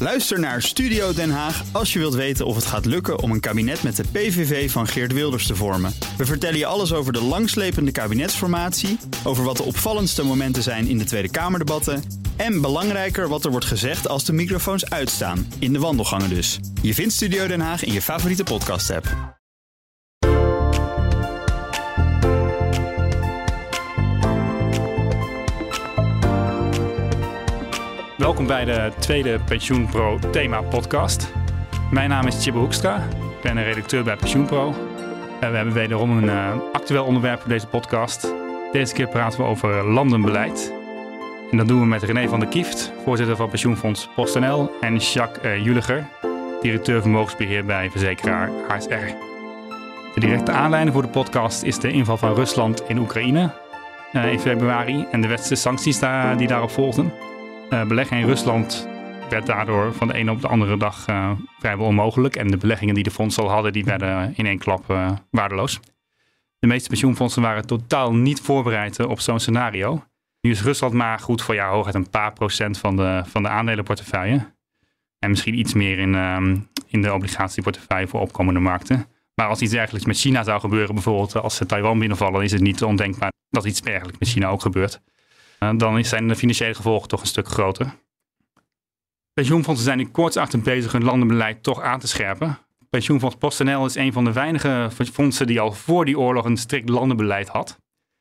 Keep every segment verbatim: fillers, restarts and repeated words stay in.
Luister naar Studio Den Haag als je wilt weten of het gaat lukken om een kabinet met de P V V van Geert Wilders te vormen. We vertellen je alles over de langslepende kabinetsformatie, over wat de opvallendste momenten zijn in de Tweede Kamerdebatten en belangrijker wat er wordt gezegd als de microfoons uitstaan, in de wandelgangen dus. Je vindt Studio Den Haag in je favoriete podcast-app. Welkom bij de tweede PensioenPro Thema podcast. Mijn naam is Tjibbe Hoekstra. Ik ben een redacteur bij PensioenPro. Uh, we hebben wederom een uh, actueel onderwerp voor deze podcast. Deze keer praten we over landenbeleid. En dat doen we met René van der Kieft, voorzitter van pensioenfonds PostNL, en Jacques uh, Julicher, directeur vermogensbeheer bij verzekeraar H S R. De directe aanleiding voor de podcast is de inval van Rusland in Oekraïne uh, in februari en de westerse sancties da- die daarop volgden. Uh, beleggen in Rusland werd daardoor van de ene op de andere dag uh, vrijwel onmogelijk. En de beleggingen die de fondsen al hadden, die werden in één klap uh, waardeloos. De meeste pensioenfondsen waren totaal niet voorbereid uh, op zo'n scenario. Nu is Rusland maar goed voor ja, hooguit een paar procent van de, van de aandelenportefeuille. En misschien iets meer in, um, in de obligatieportefeuille voor opkomende markten. Maar als iets dergelijks met China zou gebeuren, bijvoorbeeld als ze Taiwan binnenvallen, is het niet ondenkbaar dat iets dergelijks met China ook gebeurt. Dan zijn de financiële gevolgen toch een stuk groter. Pensioenfondsen zijn nu kortachtig bezig hun landenbeleid toch aan te scherpen. Pensioenfonds PostNL is een van de weinige fondsen die al voor die oorlog een strikt landenbeleid had.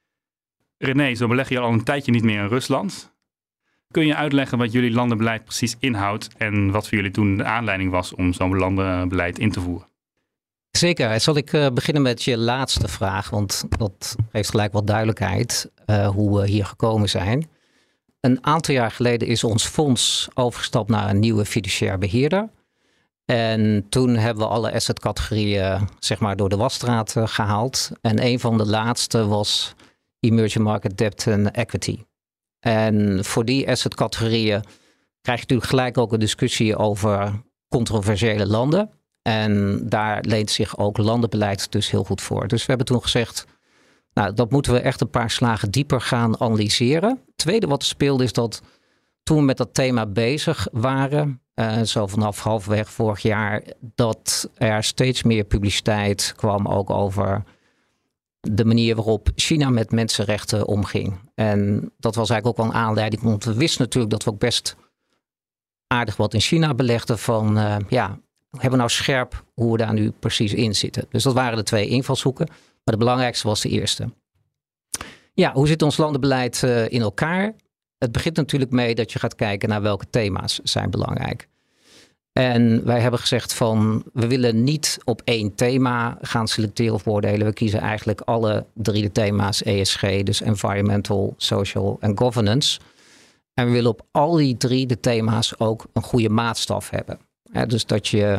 René, zo beleg je al een tijdje niet meer in Rusland. Kun je uitleggen wat jullie landenbeleid precies inhoudt en wat voor jullie toen de aanleiding was om zo'n landenbeleid in te voeren? Zeker. Zal ik uh, beginnen met je laatste vraag, want dat geeft gelijk wat duidelijkheid uh, hoe we hier gekomen zijn. Een aantal jaar geleden is ons fonds overgestapt naar een nieuwe fiduciair beheerder. En toen hebben we alle assetcategorieën zeg maar door de wasstraat uh, gehaald. En een van de laatste was Emerging Market Debt and Equity. En voor die assetcategorieën krijg je natuurlijk gelijk ook een discussie over controversiële landen. En daar leent zich ook landenbeleid dus heel goed voor. Dus we hebben toen gezegd, nou, dat moeten we echt een paar slagen dieper gaan analyseren. Het tweede wat er speelde is dat toen we met dat thema bezig waren, uh, zo vanaf halfweg vorig jaar, dat er steeds meer publiciteit kwam ook over de manier waarop China met mensenrechten omging. En dat was eigenlijk ook wel een aanleiding, want we wisten natuurlijk dat we ook best aardig wat in China belegden van, uh, ja, hebben we nou scherp hoe we daar nu precies in zitten. Dus dat waren de twee invalshoeken. Maar de belangrijkste was de eerste. Ja, hoe zit ons landenbeleid uh, in elkaar? Het begint natuurlijk mee dat je gaat kijken naar welke thema's zijn belangrijk. En wij hebben gezegd van, we willen niet op één thema gaan selecteren of beoordelen. We kiezen eigenlijk alle drie de thema's E S G, dus Environmental, Social en Governance. En we willen op al die drie de thema's ook een goede maatstaf hebben. Ja, dus dat je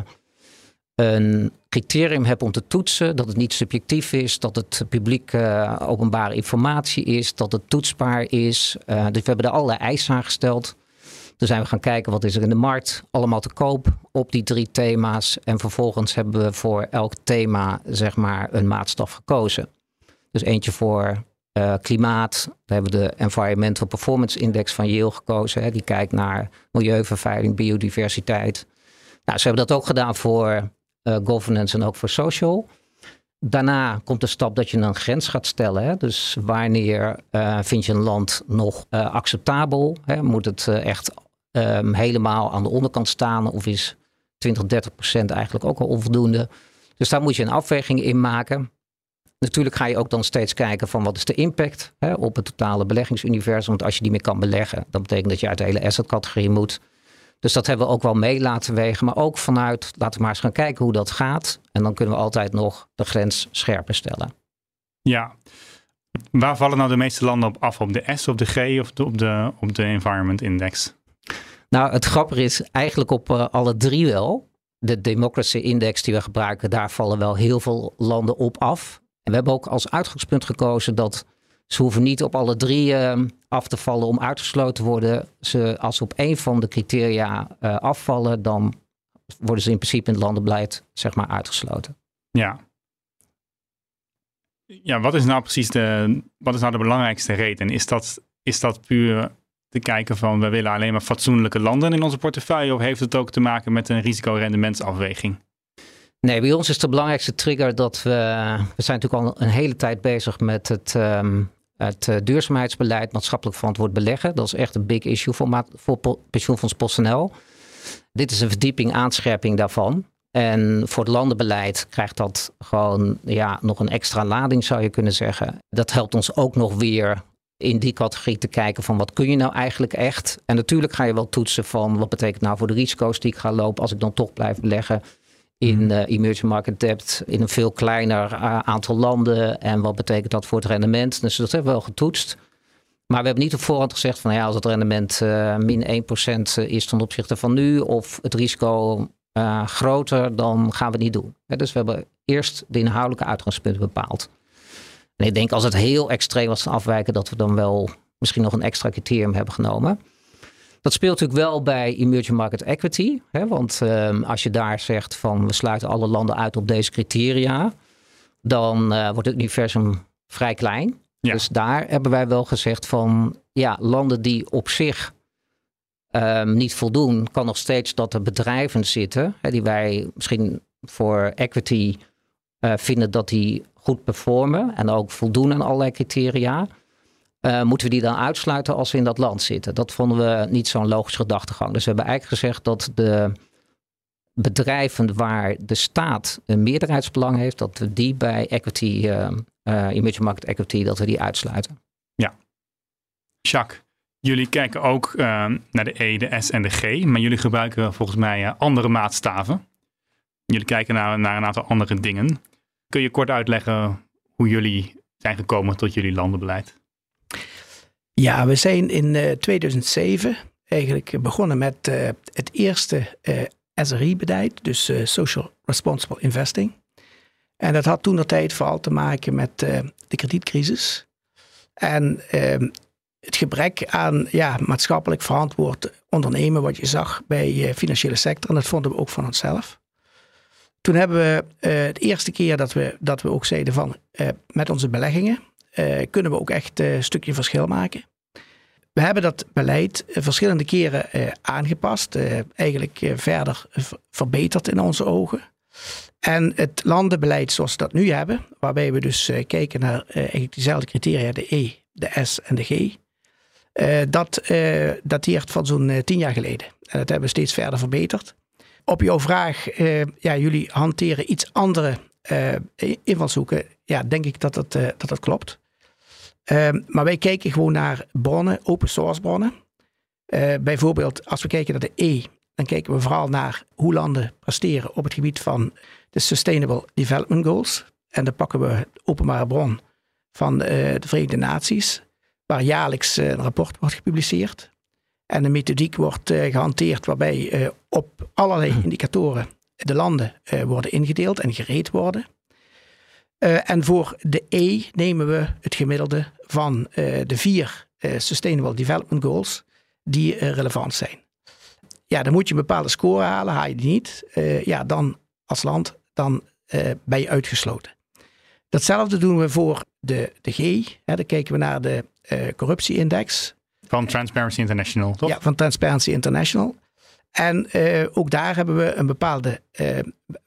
een criterium hebt om te toetsen, dat het niet subjectief is, dat het publiek uh, openbare informatie is, dat het toetsbaar is. Uh, dus we hebben er allerlei eisen aan gesteld. Toen zijn we gaan kijken wat is er in de markt allemaal te koop op die drie thema's. En vervolgens hebben we voor elk thema zeg maar een maatstaf gekozen. Dus eentje voor uh, klimaat. Daar hebben we de Environmental Performance Index van Yale gekozen. Hè. Die kijkt naar milieuvervuiling, biodiversiteit. Nou, ze hebben dat ook gedaan voor uh, governance en ook voor social. Daarna komt de stap dat je een grens gaat stellen. Hè? Dus wanneer uh, vind je een land nog uh, acceptabel? Hè? Moet het uh, echt um, helemaal aan de onderkant staan? Of is twintig, dertig procent eigenlijk ook al onvoldoende? Dus daar moet je een afweging in maken. Natuurlijk ga je ook dan steeds kijken van wat is de impact hè, op het totale beleggingsuniversum. Want als je die meer kan beleggen, dat betekent dat je uit de hele assetcategorie moet. Dus dat hebben we ook wel mee laten wegen. Maar ook vanuit, laten we maar eens gaan kijken hoe dat gaat. En dan kunnen we altijd nog de grens scherper stellen. Ja, waar vallen nou de meeste landen op af? Op de S, op de G of de, op, de, op de Environment Index? Nou, het grappige is eigenlijk op uh, alle drie wel. De Democracy Index die we gebruiken, daar vallen wel heel veel landen op af. En we hebben ook als uitgangspunt gekozen dat ze hoeven niet op alle drie uh, af te vallen om uitgesloten te worden. Ze, als ze op één van de criteria uh, afvallen, dan worden ze in principe in het landenbeleid zeg maar uitgesloten. Ja. Ja, wat is nou precies de, wat is nou de belangrijkste reden? Is dat, is dat puur te kijken van we willen alleen maar fatsoenlijke landen in onze portefeuille? Of heeft het ook te maken met een risicorendementsafweging? Nee, bij ons is de belangrijkste trigger dat we... We zijn natuurlijk al een hele tijd bezig met het, um, het uh, duurzaamheidsbeleid, maatschappelijk verantwoord beleggen. Dat is echt een big issue voor, ma- voor po- pensioenfonds PostNL. Dit is een verdieping, aanscherping daarvan. En voor het landenbeleid krijgt dat gewoon ja, nog een extra lading, zou je kunnen zeggen. Dat helpt ons ook nog weer in die categorie te kijken van wat kun je nou eigenlijk echt. En natuurlijk ga je wel toetsen van wat betekent nou voor de risico's die ik ga lopen als ik dan toch blijf beleggen in uh, emerging market debt in een veel kleiner uh, aantal landen. En wat betekent dat voor het rendement? Dus dat hebben we wel getoetst. Maar we hebben niet op voorhand gezegd van ja, als het rendement uh, min één procent is ten opzichte van nu of het risico uh, groter, dan gaan we het niet doen. He, dus we hebben eerst de inhoudelijke uitgangspunten bepaald. En ik denk als het heel extreem was te afwijken, dat we dan wel misschien nog een extra criterium hebben genomen. Dat speelt natuurlijk wel bij emerging market equity. Hè, want um, als je daar zegt van we sluiten alle landen uit op deze criteria, dan uh, wordt het universum vrij klein. Ja. Dus daar hebben wij wel gezegd van ja, landen die op zich um, niet voldoen, kan nog steeds dat er bedrijven zitten, hè, die wij misschien voor equity uh, vinden dat die goed performen en ook voldoen aan allerlei criteria. Uh, moeten we die dan uitsluiten als we in dat land zitten? Dat vonden we niet zo'n logische gedachtegang. Dus we hebben eigenlijk gezegd dat de bedrijven waar de staat een meerderheidsbelang heeft, dat we die bij equity, uh, uh, emerging market equity, dat we die uitsluiten. Ja. Jacques, jullie kijken ook uh, naar de E, de S en de G, maar jullie gebruiken volgens mij uh, andere maatstaven. Jullie kijken naar, naar een aantal andere dingen. Kun je kort uitleggen hoe jullie zijn gekomen tot jullie landenbeleid? Ja, we zijn in uh, tweeduizend zeven eigenlijk begonnen met uh, het eerste uh, S R I-beleid, dus uh, Social Responsible Investing. En dat had toen de tijd vooral te maken met uh, de kredietcrisis. En uh, het gebrek aan ja, maatschappelijk verantwoord ondernemen wat je zag bij de uh, financiële sector. En dat vonden we ook van onszelf. Toen hebben we uh, de eerste keer dat we, dat we ook zeiden van uh, met onze beleggingen uh, kunnen we ook echt uh, een stukje verschil maken. We hebben dat beleid uh, verschillende keren uh, aangepast, uh, eigenlijk uh, verder uh, verbeterd in onze ogen. En het landenbeleid zoals we dat nu hebben, waarbij we dus uh, kijken naar uh, eigenlijk diezelfde criteria, de E, de S en de G, uh, dat uh, dateert van zo'n uh, tien jaar geleden. En dat hebben we steeds verder verbeterd. Op jouw vraag, uh, ja, jullie hanteren iets andere uh, invalshoeken. Ja, denk ik dat dat, uh, dat, dat klopt. Uh, maar wij kijken gewoon naar bronnen, open source bronnen. Uh, bijvoorbeeld als we kijken naar de E, dan kijken we vooral naar hoe landen presteren op het gebied van de Sustainable Development Goals. En dan pakken we de openbare bron van uh, de Verenigde Naties, waar jaarlijks uh, een rapport wordt gepubliceerd. En een methodiek wordt uh, gehanteerd waarbij uh, op allerlei indicatoren de landen uh, worden ingedeeld en gereed worden. Uh, en voor de E nemen we het gemiddelde van uh, de vier uh, Sustainable Development Goals die uh, relevant zijn. Ja, dan moet je een bepaalde score halen, haal je die niet. Uh, ja, dan als land, dan uh, ben je uitgesloten. Datzelfde doen we voor de, de G. Hè, dan kijken we naar de uh, corruptieindex. Van Transparency International, toch? Ja, van Transparency International. En uh, ook daar hebben we een bepaalde uh,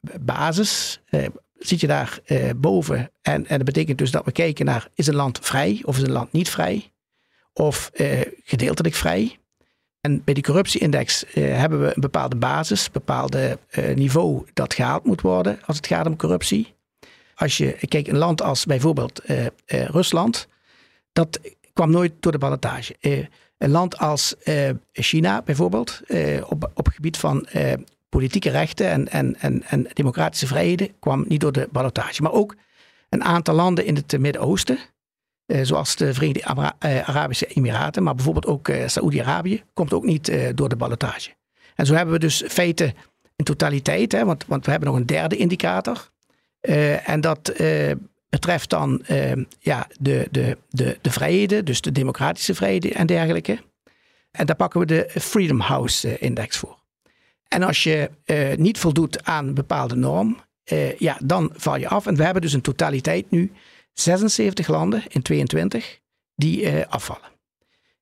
basis. Uh, zit je daar uh, boven. En, en dat betekent dus dat we kijken naar, is een land vrij of is een land niet vrij? Of uh, gedeeltelijk vrij? En bij die corruptieindex uh, hebben we een bepaalde basis, een bepaalde uh, niveau dat gehaald moet worden als het gaat om corruptie. Als je kijkt, een land als bijvoorbeeld uh, uh, Rusland, dat kwam nooit door de ballotage. Uh, een land als uh, China bijvoorbeeld, uh, op, op het gebied van uh, politieke rechten en, en, en, en democratische vrijheden, kwam niet door de ballotage. Maar ook een aantal landen in het Midden-Oosten, uh, zoals de Verenigde Ara- uh, Arabische Emiraten, maar bijvoorbeeld ook uh, Saoedi-Arabië, komt ook niet uh, door de ballotage. En zo hebben we dus feiten in totaliteit, hè, want, want we hebben nog een derde indicator. Uh, en dat uh, betreft dan uh, ja, de, de, de, de vrijheden, dus de democratische vrijheden en dergelijke. En daar pakken we de Freedom House uh, Index voor. En als je uh, niet voldoet aan een bepaalde norm, uh, ja, dan val je af. En we hebben dus in totaliteit nu zesenzeventig landen in tweeëntwintig die uh, afvallen.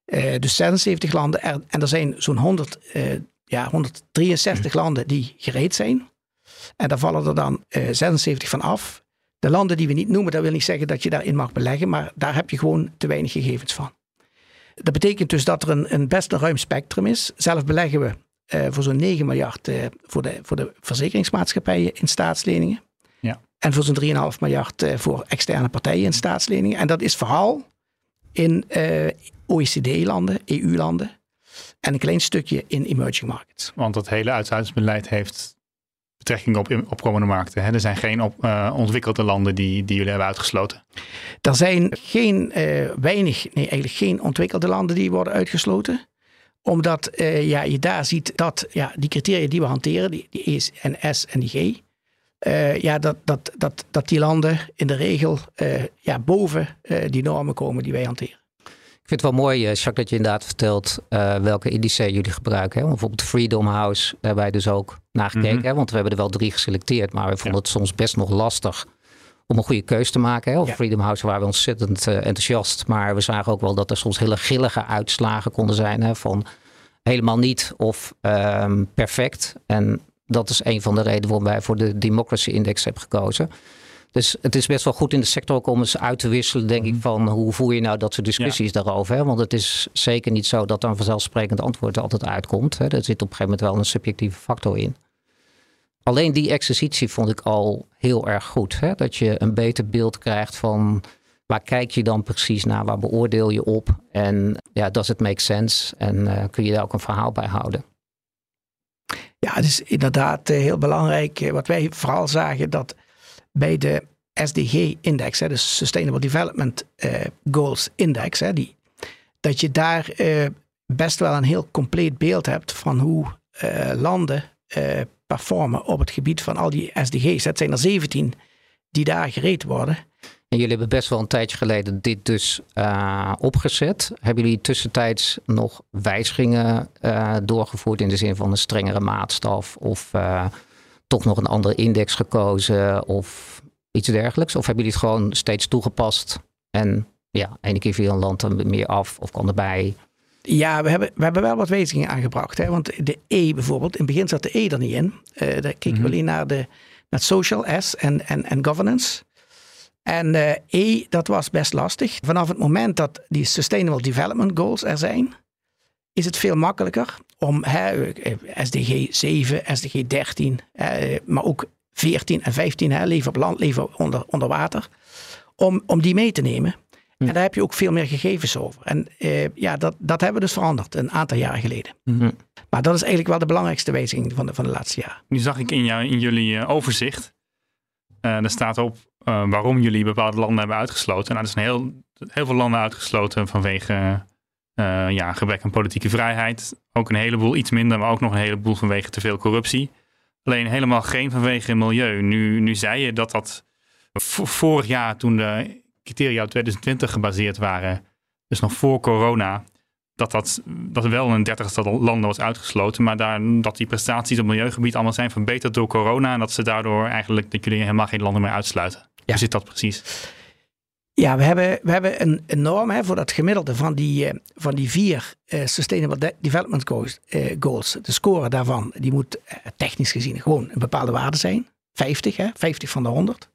Uh, dus zesenzeventig landen. Er, en er zijn zo'n honderd, uh, ja, honderddrieënzestig mm. landen die gereed zijn. En daar vallen er dan uh, zesenzeventig van af. De landen die we niet noemen, dat wil niet zeggen dat je daarin mag beleggen. Maar daar heb je gewoon te weinig gegevens van. Dat betekent dus dat er een, een best een ruim spectrum is. Zelf beleggen we uh, voor zo'n negen miljard uh, voor, de, voor de verzekeringsmaatschappijen in staatsleningen. Ja. En voor zo'n drie komma vijf miljard uh, voor externe partijen in staatsleningen. En dat is vooral in uh, O E C D-landen, E U-landen en een klein stukje in emerging markets. Want het hele uitsluitingsbeleid heeft betrekking op opkomende markten. Hè? Er zijn geen op, uh, ontwikkelde landen die, die jullie hebben uitgesloten. Er zijn geen, uh, weinig, nee eigenlijk geen ontwikkelde landen die worden uitgesloten. Omdat uh, ja, je daar ziet dat ja, die criteria die we hanteren, die, die E en S en die G, uh, ja, dat, dat, dat, dat die landen in de regel uh, ja, boven uh, die normen komen die wij hanteren. Ik vind het wel mooi, Jacques, dat je inderdaad vertelt uh, welke indices jullie gebruiken. Hè? Bijvoorbeeld de Freedom House, daar hebben wij dus ook naar gekeken. Mm-hmm. Hè? Want we hebben er wel drie geselecteerd, maar we vonden ja. het soms best nog lastig om een goede keuze te maken. Hè? Of ja. Freedom House waren we ontzettend uh, enthousiast. Maar we zagen ook wel dat er soms hele grillige uitslagen konden zijn. Hè? Van helemaal niet of um, perfect. En dat is een van de redenen waarom wij voor de Democracy Index hebben gekozen. Dus het is best wel goed in de sector ook om eens uit te wisselen, denk ik, van hoe voer je nou dat soort discussies ja. daarover. Hè? Want het is zeker niet zo dat er een vanzelfsprekend antwoord altijd uitkomt. Hè? Er zit op een gegeven moment wel een subjectieve factor in. Alleen die exercitie vond ik al heel erg goed. Hè? Dat je een beter beeld krijgt van waar kijk je dan precies naar, waar beoordeel je op. En ja, does it make sense? En uh, kun je daar ook een verhaal bij houden? Ja, het is inderdaad uh, heel belangrijk. Uh, wat wij vooral zagen dat bij de S D G-index, de Sustainable Development uh, Goals Index, hè, die, dat je daar uh, best wel een heel compleet beeld hebt van hoe uh, landen uh, performen op het gebied van al die S D G's. Het zijn er zeventien die daar gereed worden. En jullie hebben best wel een tijdje geleden dit dus uh, opgezet. Hebben jullie tussentijds nog wijzigingen uh, doorgevoerd in de zin van een strengere maatstaf of uh, toch nog een andere index gekozen of iets dergelijks? Of hebben jullie het gewoon steeds toegepast en ja, ene keer viel een land er meer af of kwam erbij? Ja, we hebben, we hebben wel wat wijzigingen aangebracht. Hè? Want de E bijvoorbeeld, in het begin zat de E er niet in. Uh, daar keken mm-hmm. we alleen naar, de, naar social S en, en, en governance. En uh, E, dat was best lastig. Vanaf het moment dat die Sustainable Development Goals er zijn, is het veel makkelijker om hè, S D G zeven, S D G dertien, hè, maar ook veertien en vijftien, hè, leven op land, leven onder, onder water, om, om die mee te nemen. Mm. En daar heb je ook veel meer gegevens over. En uh, ja, dat, dat hebben we dus veranderd een aantal jaren geleden. Mm-hmm. Maar dat is eigenlijk wel de belangrijkste wijziging van de, van de laatste jaren. Nu zag ik in, jou, in jullie uh, overzicht, uh, er staat op uh, waarom jullie bepaalde landen hebben uitgesloten. Nou, er zijn heel, heel veel landen uitgesloten vanwege uh, ja, gebrek aan politieke vrijheid. Ook een heleboel, iets minder, maar ook nog een heleboel vanwege te veel corruptie. Alleen helemaal geen vanwege milieu. Nu, nu zei je dat dat v- vorig jaar toen de criteria op twintig twintig gebaseerd waren, dus nog voor corona, dat, dat, dat er wel een dertigtal landen was uitgesloten, maar daar, dat die prestaties op milieugebied allemaal zijn verbeterd door corona en dat ze daardoor eigenlijk, dat jullie helemaal geen landen meer uitsluiten. Ja. Hoe zit dat precies? Ja, we hebben, we hebben een, een norm hè, voor dat gemiddelde van die, uh, van die vier uh, Sustainable De- Development Goals, uh, goals. De score daarvan, die moet uh, technisch gezien gewoon een bepaalde waarde zijn. vijftig, hè, vijftig van de honderd.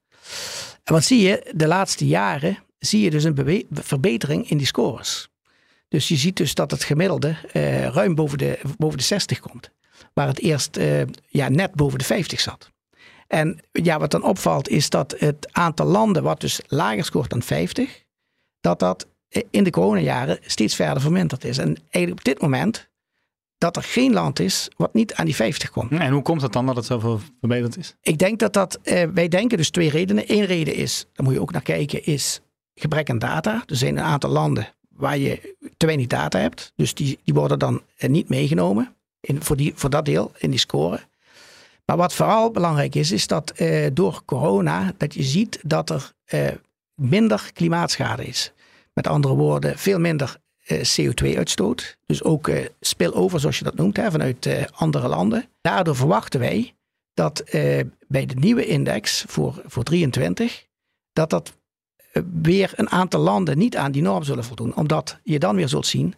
En wat zie je, de laatste jaren zie je dus een bewe- verbetering in die scores. Dus je ziet dus dat het gemiddelde uh, ruim boven de, boven de zestig komt. Waar het eerst uh, ja, net boven de vijftig zat. En ja, wat dan opvalt is dat het aantal landen wat dus lager scoort dan vijftig, dat dat in de coronajaren steeds verder verminderd is. En eigenlijk op dit moment dat er geen land is wat niet aan die vijftig komt. En hoe komt het dan dat het zoveel verbeterd is? Ik denk dat dat, uh, wij denken dus twee redenen. Eén reden is, daar moet je ook naar kijken, is gebrek aan data. Er zijn een aantal landen waar je te weinig data hebt. Dus die, die worden dan uh, niet meegenomen in, voor, die, voor dat deel in die score. Maar wat vooral belangrijk is, is dat uh, door corona, dat je ziet dat er uh, minder klimaatschade is. Met andere woorden, veel minder uh, C O twee uitstoot. Dus ook uh, spillover, zoals je dat noemt, hè, vanuit uh, andere landen. Daardoor verwachten wij dat uh, bij de nieuwe index voor, voor drieëntwintig, dat dat uh, weer een aantal landen niet aan die norm zullen voldoen. Omdat je dan weer zult zien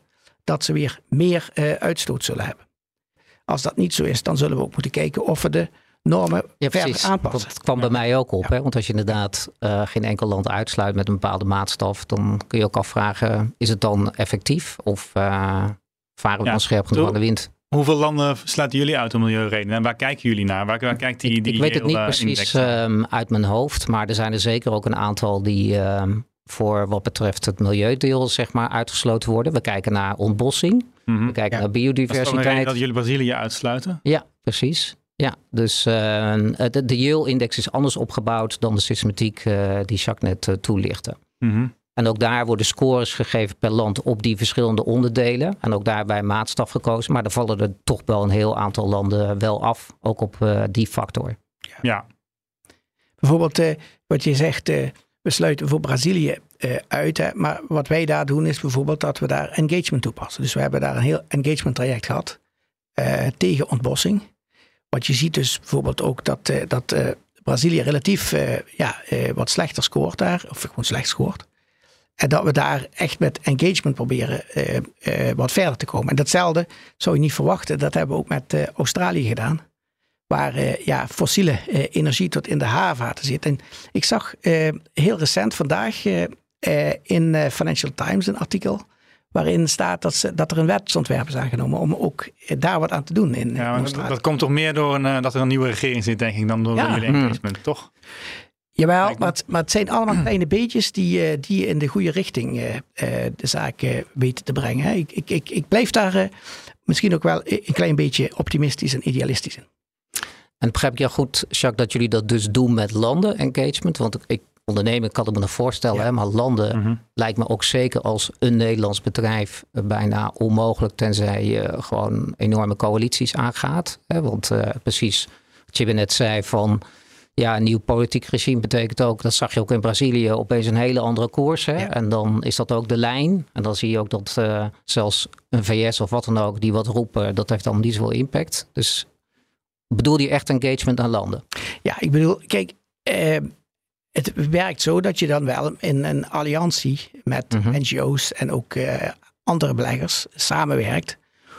dat ze weer meer uh, uitstoot zullen hebben. Als dat niet zo is, dan zullen we ook moeten kijken of we de normen ja, verder precies. aanpassen. Dat kwam bij ja. mij ook op. Ja. Hè? Want als je inderdaad uh, geen enkel land uitsluit met een bepaalde maatstaf, dan kun je ook afvragen, is het dan effectief? Of uh, varen we ja, dan scherp genoeg aan de wind? Hoeveel landen sluiten jullie uit om milieuredenen? En waar kijken jullie naar? Waar, waar kijkt die, die ik, ik weet het niet uh, precies um, uit mijn hoofd, maar er zijn er zeker ook een aantal die um, voor wat betreft het milieudeel zeg maar uitgesloten worden. We kijken naar ontbossing, mm-hmm. we kijken ja. naar biodiversiteit. Dat is toch een reden dat jullie Brazilië uitsluiten? Ja, precies. Ja, dus uh, de, de Yale-index is anders opgebouwd dan de systematiek uh, die Jacques net uh, toelichtte. Mm-hmm. En ook daar worden scores gegeven per land op die verschillende onderdelen. En ook daarbij maatstaf gekozen. Maar er vallen er toch wel een heel aantal landen wel af. Ook op uh, die factor. Ja. ja. Bijvoorbeeld uh, wat je zegt, uh, we sluiten voor Brazilië uh, uit. Hè, maar wat wij daar doen is bijvoorbeeld dat we daar engagement toepassen. Dus we hebben daar een heel engagement traject gehad uh, tegen ontbossing. Wat je ziet dus bijvoorbeeld ook dat, uh, dat uh, Brazilië relatief uh, ja, uh, wat slechter scoort daar. Of gewoon slecht scoort. En dat we daar echt met engagement proberen uh, uh, wat verder te komen. En datzelfde zou je niet verwachten. Dat hebben we ook met uh, Australië gedaan. Waar uh, ja, fossiele uh, energie tot in de haarvaten zit. En ik zag uh, heel recent vandaag uh, uh, in uh, Financial Times een artikel. Waarin staat dat, ze, dat er een wetsontwerp is aangenomen om ook uh, daar wat aan te doen in, ja, in Australië. Dat, dat komt toch meer door een, uh, dat er een nieuwe regering zit, denk ik, dan door ja. jullie engagement, hmm. toch? Jawel, maar het, maar het zijn allemaal kleine beetjes die, die in de goede richting uh, de zaak uh, weten te brengen. Ik, ik, ik, ik blijf daar uh, misschien ook wel een klein beetje optimistisch en idealistisch in. En begrijp ik jou goed, Jacques, dat jullie dat dus doen met landen engagement? Want ik ondernemen kan ik me nog voorstellen, ja. hè, maar landen mm-hmm. lijkt me ook zeker als een Nederlands bedrijf uh, bijna onmogelijk, tenzij je gewoon enorme coalities aangaat. Hè? Want uh, precies wat je net zei van, ja, een nieuw politiek regime betekent ook, dat zag je ook in Brazilië, opeens een hele andere koers. Hè? Ja. En dan is dat ook de lijn. En dan zie je ook dat uh, zelfs een V S of wat dan ook, die wat roepen, dat heeft dan niet zoveel impact. Dus bedoel je echt engagement aan landen? Ja, ik bedoel, kijk, uh, het werkt zo dat je dan wel in een alliantie met mm-hmm. N G O's en ook uh, andere beleggers samenwerkt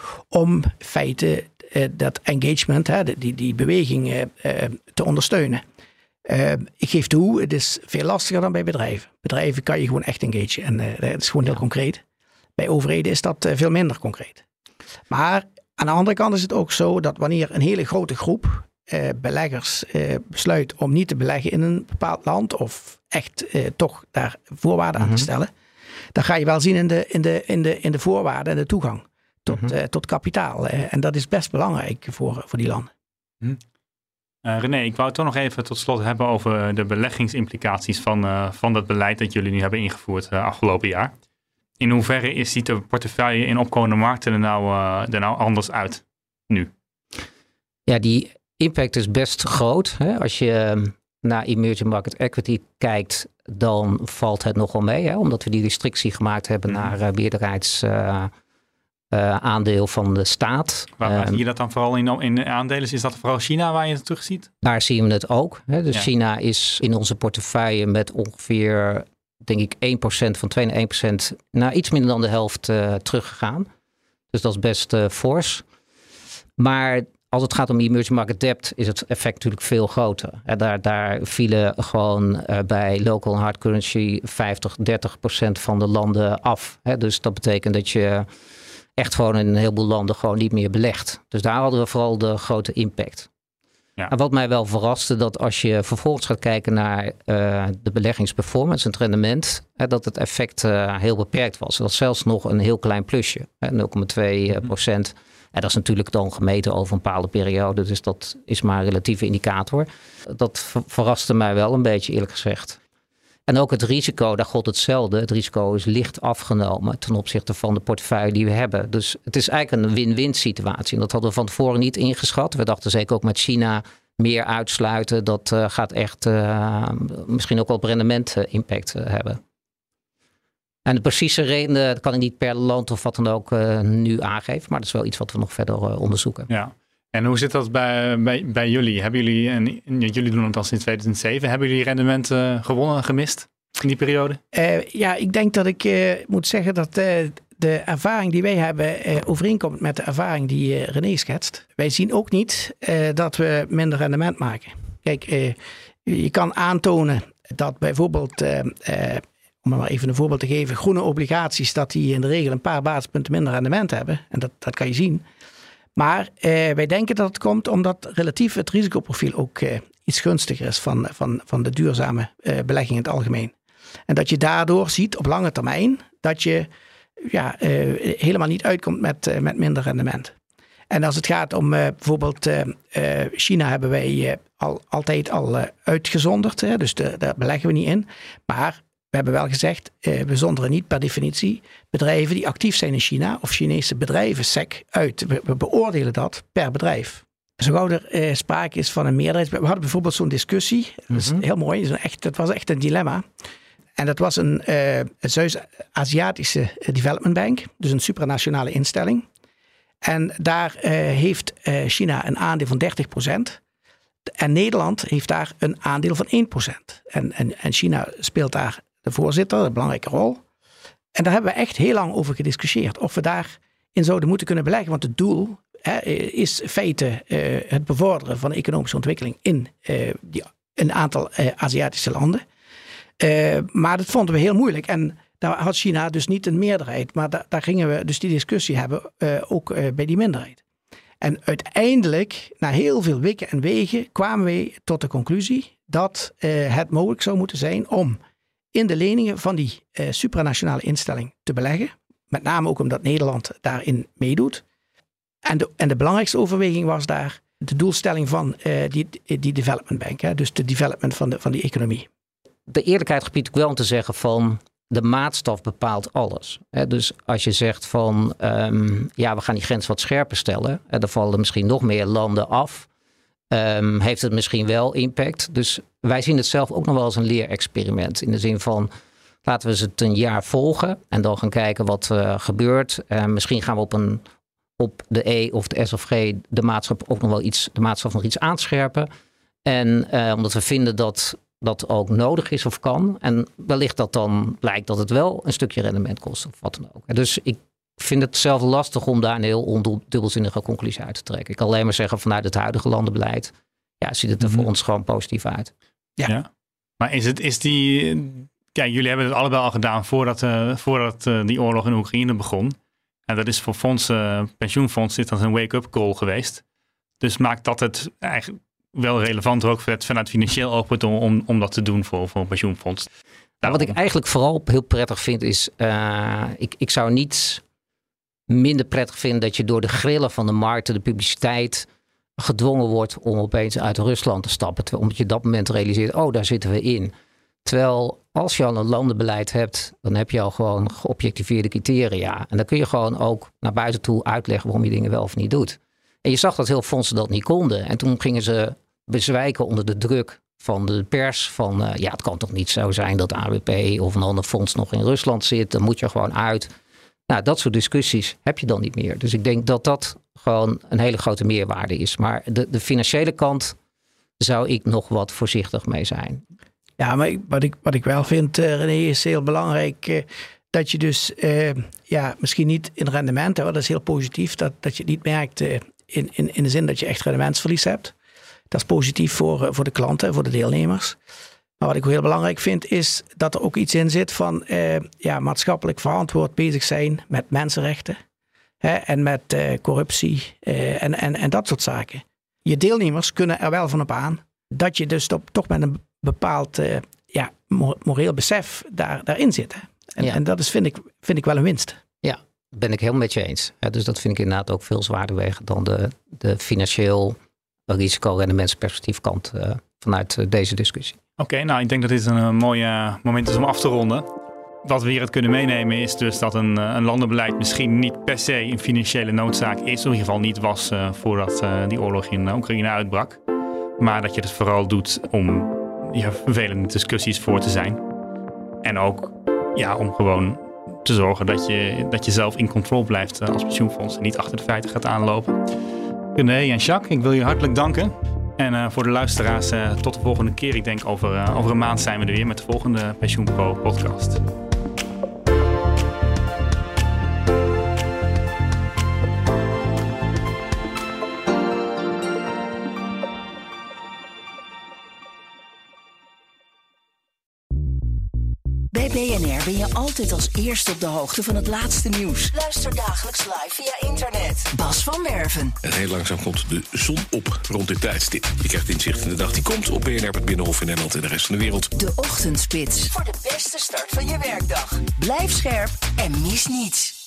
om feiten uh, dat engagement, hè, die, die beweging uh, uh, te ondersteunen. Uh, ik geef toe, het is veel lastiger dan bij bedrijven. Bedrijven kan je gewoon echt engagen en uh, dat is gewoon heel ja. concreet. Bij overheden is dat uh, veel minder concreet. Maar aan de andere kant is het ook zo dat wanneer een hele grote groep uh, beleggers uh, besluit om niet te beleggen in een bepaald land of echt uh, toch daar voorwaarden mm-hmm. aan te stellen, dan ga je wel zien in de, in de, in de, in de voorwaarden en de toegang tot, mm-hmm. uh, tot kapitaal. Uh, en dat is best belangrijk voor, voor die landen. Mm. Uh, René, ik wou het toch nog even tot slot hebben over de beleggingsimplicaties van, uh, van dat beleid dat jullie nu hebben ingevoerd uh, afgelopen jaar. In hoeverre is, ziet de portefeuille in opkomende markten er nou, uh, er nou anders uit nu? Ja, die impact is best groot. Hè? Als je uh, naar emerging market equity kijkt, dan valt het nogal mee. Hè? Omdat we die restrictie gemaakt hebben mm. naar uh, meerderheidsaandeel uh, uh, van de staat. Waar, waar um, zie je dat dan vooral in, in aandelen? Is dat vooral China waar je het terug ziet? Daar zien we het ook. Hè? Dus ja. China is in onze portefeuille met ongeveer, denk ik, één procent van twee naar één procent naar iets minder dan de helft uh, teruggegaan. Dus dat is best uh, fors. Maar als het gaat om emerging market debt is het effect natuurlijk veel groter. En daar, daar vielen gewoon uh, bij local en hard currency vijftig, dertig procent van de landen af. Hè? Dus dat betekent dat je echt gewoon in een heleboel landen gewoon niet meer belegt. Dus daar hadden we vooral de grote impact. Ja. En wat mij wel verraste, dat als je vervolgens gaat kijken naar uh, de beleggingsperformance en het rendement, hè, dat het effect uh, heel beperkt was. Dat was zelfs nog een heel klein plusje, hè, nul komma twee procent. En dat is natuurlijk dan gemeten over een bepaalde periode, dus dat is maar een relatieve indicator. Dat ver- verraste mij wel een beetje, eerlijk gezegd. En ook het risico, daar gold hetzelfde. Het risico is licht afgenomen ten opzichte van de portefeuille die we hebben. Dus het is eigenlijk een win-win situatie. En dat hadden we van tevoren niet ingeschat. We dachten zeker ook met China meer uitsluiten. Dat uh, gaat echt uh, misschien ook wel op rendement uh, impact uh, hebben. En de precieze redenen, dat kan ik niet per land of wat dan ook uh, nu aangeven. Maar dat is wel iets wat we nog verder uh, onderzoeken. Ja. En hoe zit dat bij, bij, bij jullie? Hebben jullie, en jullie doen het al sinds tweeduizend zeven, hebben jullie rendementen gewonnen en gemist in die periode? Uh, ja, ik denk dat ik uh, moet zeggen dat uh, de ervaring die wij hebben uh, overeenkomt met de ervaring die uh, René schetst. Wij zien ook niet uh, dat we minder rendement maken. Kijk, uh, je kan aantonen dat bijvoorbeeld, uh, uh, om maar even een voorbeeld te geven, groene obligaties, dat die in de regel een paar basispunten minder rendement hebben. En dat, dat kan je zien. Maar uh, wij denken dat het komt omdat relatief het risicoprofiel ook uh, iets gunstiger is van, van, van de duurzame uh, belegging in het algemeen. En dat je daardoor ziet op lange termijn dat je ja, uh, helemaal niet uitkomt met, uh, met minder rendement. En als het gaat om uh, bijvoorbeeld uh, uh, China hebben wij uh, al, altijd al uh, uitgezonderd. Hè, dus de, daar beleggen we niet in. Maar we hebben wel gezegd, uh, we zonderen niet per definitie bedrijven die actief zijn in China of Chinese bedrijven S E C uit. We, we beoordelen dat per bedrijf. Zo gauw er uh, sprake is van een meerderheid. We hadden bijvoorbeeld zo'n discussie. Dat is heel mooi. Dat, is echt, dat was echt een dilemma. En dat was een uh, Zuid-Aziatische Development Bank. Dus een supranationale instelling. En daar uh, heeft uh, China een aandeel van dertig procent. En Nederland heeft daar een aandeel van één procent. En, en, en China speelt daar de voorzitter, een belangrijke rol. En daar hebben we echt heel lang over gediscussieerd. Of we daarin zouden moeten kunnen beleggen. Want het doel hè, is in feite uh, het bevorderen van de economische ontwikkeling in uh, die, een aantal uh, Aziatische landen. Uh, maar dat vonden we heel moeilijk. En daar had China dus niet een meerderheid. Maar da- daar gingen we dus die discussie hebben, uh, ook uh, bij die minderheid. En uiteindelijk, na heel veel wikken en wegen, kwamen wij tot de conclusie dat uh, het mogelijk zou moeten zijn om in de leningen van die uh, supranationale instelling te beleggen. Met name ook omdat Nederland daarin meedoet. En de, en de belangrijkste overweging was daar de doelstelling van uh, die, die development bank. Hè, dus de development van de, van die economie. De eerlijkheid gebiedt ook wel om te zeggen van de maatstaf bepaalt alles. He, dus als je zegt van um, ja, we gaan die grens wat scherper stellen. En dan vallen misschien nog meer landen af. Um, heeft het misschien wel impact. Dus wij zien het zelf ook nog wel als een leerexperiment. In de zin van laten we het een jaar volgen. En dan gaan kijken wat uh, gebeurt. Uh, misschien gaan we op, een, op de E of de S of G de maatstaf ook nog wel iets, de maatstaf nog iets aanscherpen. En uh, omdat we vinden dat dat ook nodig is of kan. En wellicht dat dan blijkt dat het wel een stukje rendement kost of wat dan ook. Dus ik vind het zelf lastig om daar een heel ondubbelzinnige conclusie uit te trekken. Ik kan alleen maar zeggen vanuit het huidige landenbeleid, ja, ziet het er mm-hmm. voor ons gewoon positief uit. Ja, ja. Maar is het, is die, kijk, jullie hebben het allebei al gedaan voordat, uh, voordat uh, die oorlog in Oekraïne begon. En dat is voor fondsen, pensioenfonds, is dat een wake-up call geweest. Dus maakt dat het eigenlijk wel relevant ook vanuit financieel oogpunt om, om, om dat te doen voor, voor een pensioenfonds. Nou, wat ik eigenlijk vooral heel prettig vind is, uh, ik, ik zou niet minder prettig vinden dat je door de grillen van de markten, de publiciteit, gedwongen wordt om opeens uit Rusland te stappen. Terwijl, omdat je op dat moment realiseert, oh, daar zitten we in. Terwijl als je al een landenbeleid hebt, dan heb je al gewoon geobjectiveerde criteria. En dan kun je gewoon ook naar buiten toe uitleggen waarom je dingen wel of niet doet. En je zag dat heel veel fondsen dat niet konden. En toen gingen ze bezwijken onder de druk van de pers. Van uh, ja, het kan toch niet zo zijn dat A B P of een ander fonds nog in Rusland zit. Dan moet je gewoon uit. Nou, dat soort discussies heb je dan niet meer. Dus ik denk dat dat gewoon een hele grote meerwaarde is. Maar de, de financiële kant zou ik nog wat voorzichtig mee zijn. Ja, maar ik, wat, ik, wat ik wel vind, uh, René, is heel belangrijk uh, dat je dus uh, ja, misschien niet in rendement, hè, dat is heel positief, dat, dat je het niet merkt uh, in, in, in de zin dat je echt rendementsverlies hebt. Dat is positief voor, uh, voor de klanten, voor de deelnemers. Maar wat ik ook heel belangrijk vind, is dat er ook iets in zit van uh, ja, maatschappelijk verantwoord bezig zijn met mensenrechten hè, en met uh, corruptie uh, en, en, en dat soort zaken. Je deelnemers kunnen er wel van op aan dat je dus top, toch met een bepaald uh, ja, moreel besef daar, daarin zit. Hè. En, ja. en dat is, vind, ik, vind ik wel een winst. Ja, ben ik helemaal met je eens. Ja, dus dat vind ik inderdaad ook veel zwaarder wegen dan de, de financieel risico-rendementsperspectief kant uh, vanuit uh, deze discussie. Oké, okay, nou ik denk dat dit een, een mooi uh, moment is om af te ronden. Wat we hier het kunnen meenemen is dus dat een, een landenbeleid misschien niet per se een financiële noodzaak is. Of in ieder geval niet was uh, voordat uh, die oorlog in Oekraïne uitbrak. Maar dat je het vooral doet om ja, vervelende discussies voor te zijn. En ook ja, om gewoon te zorgen dat je, dat je zelf in controle blijft uh, als pensioenfonds. En niet achter de feiten gaat aanlopen. René en Jacques, ik wil je hartelijk danken. En uh, voor de luisteraars, uh, tot de volgende keer. Ik denk over, uh, over een maand zijn we er weer met de volgende PensioenPro podcast. Bij B N R ben je altijd als eerste op de hoogte van het laatste nieuws. Luister dagelijks live via internet. Bas van Werven. En heel langzaam komt de zon op rond dit tijdstip. Je krijgt inzicht in de dag die komt op B N R, het Binnenhof in Nederland en de rest van de wereld. De Ochtendspits. Voor de beste start van je werkdag. Blijf scherp en mis niets.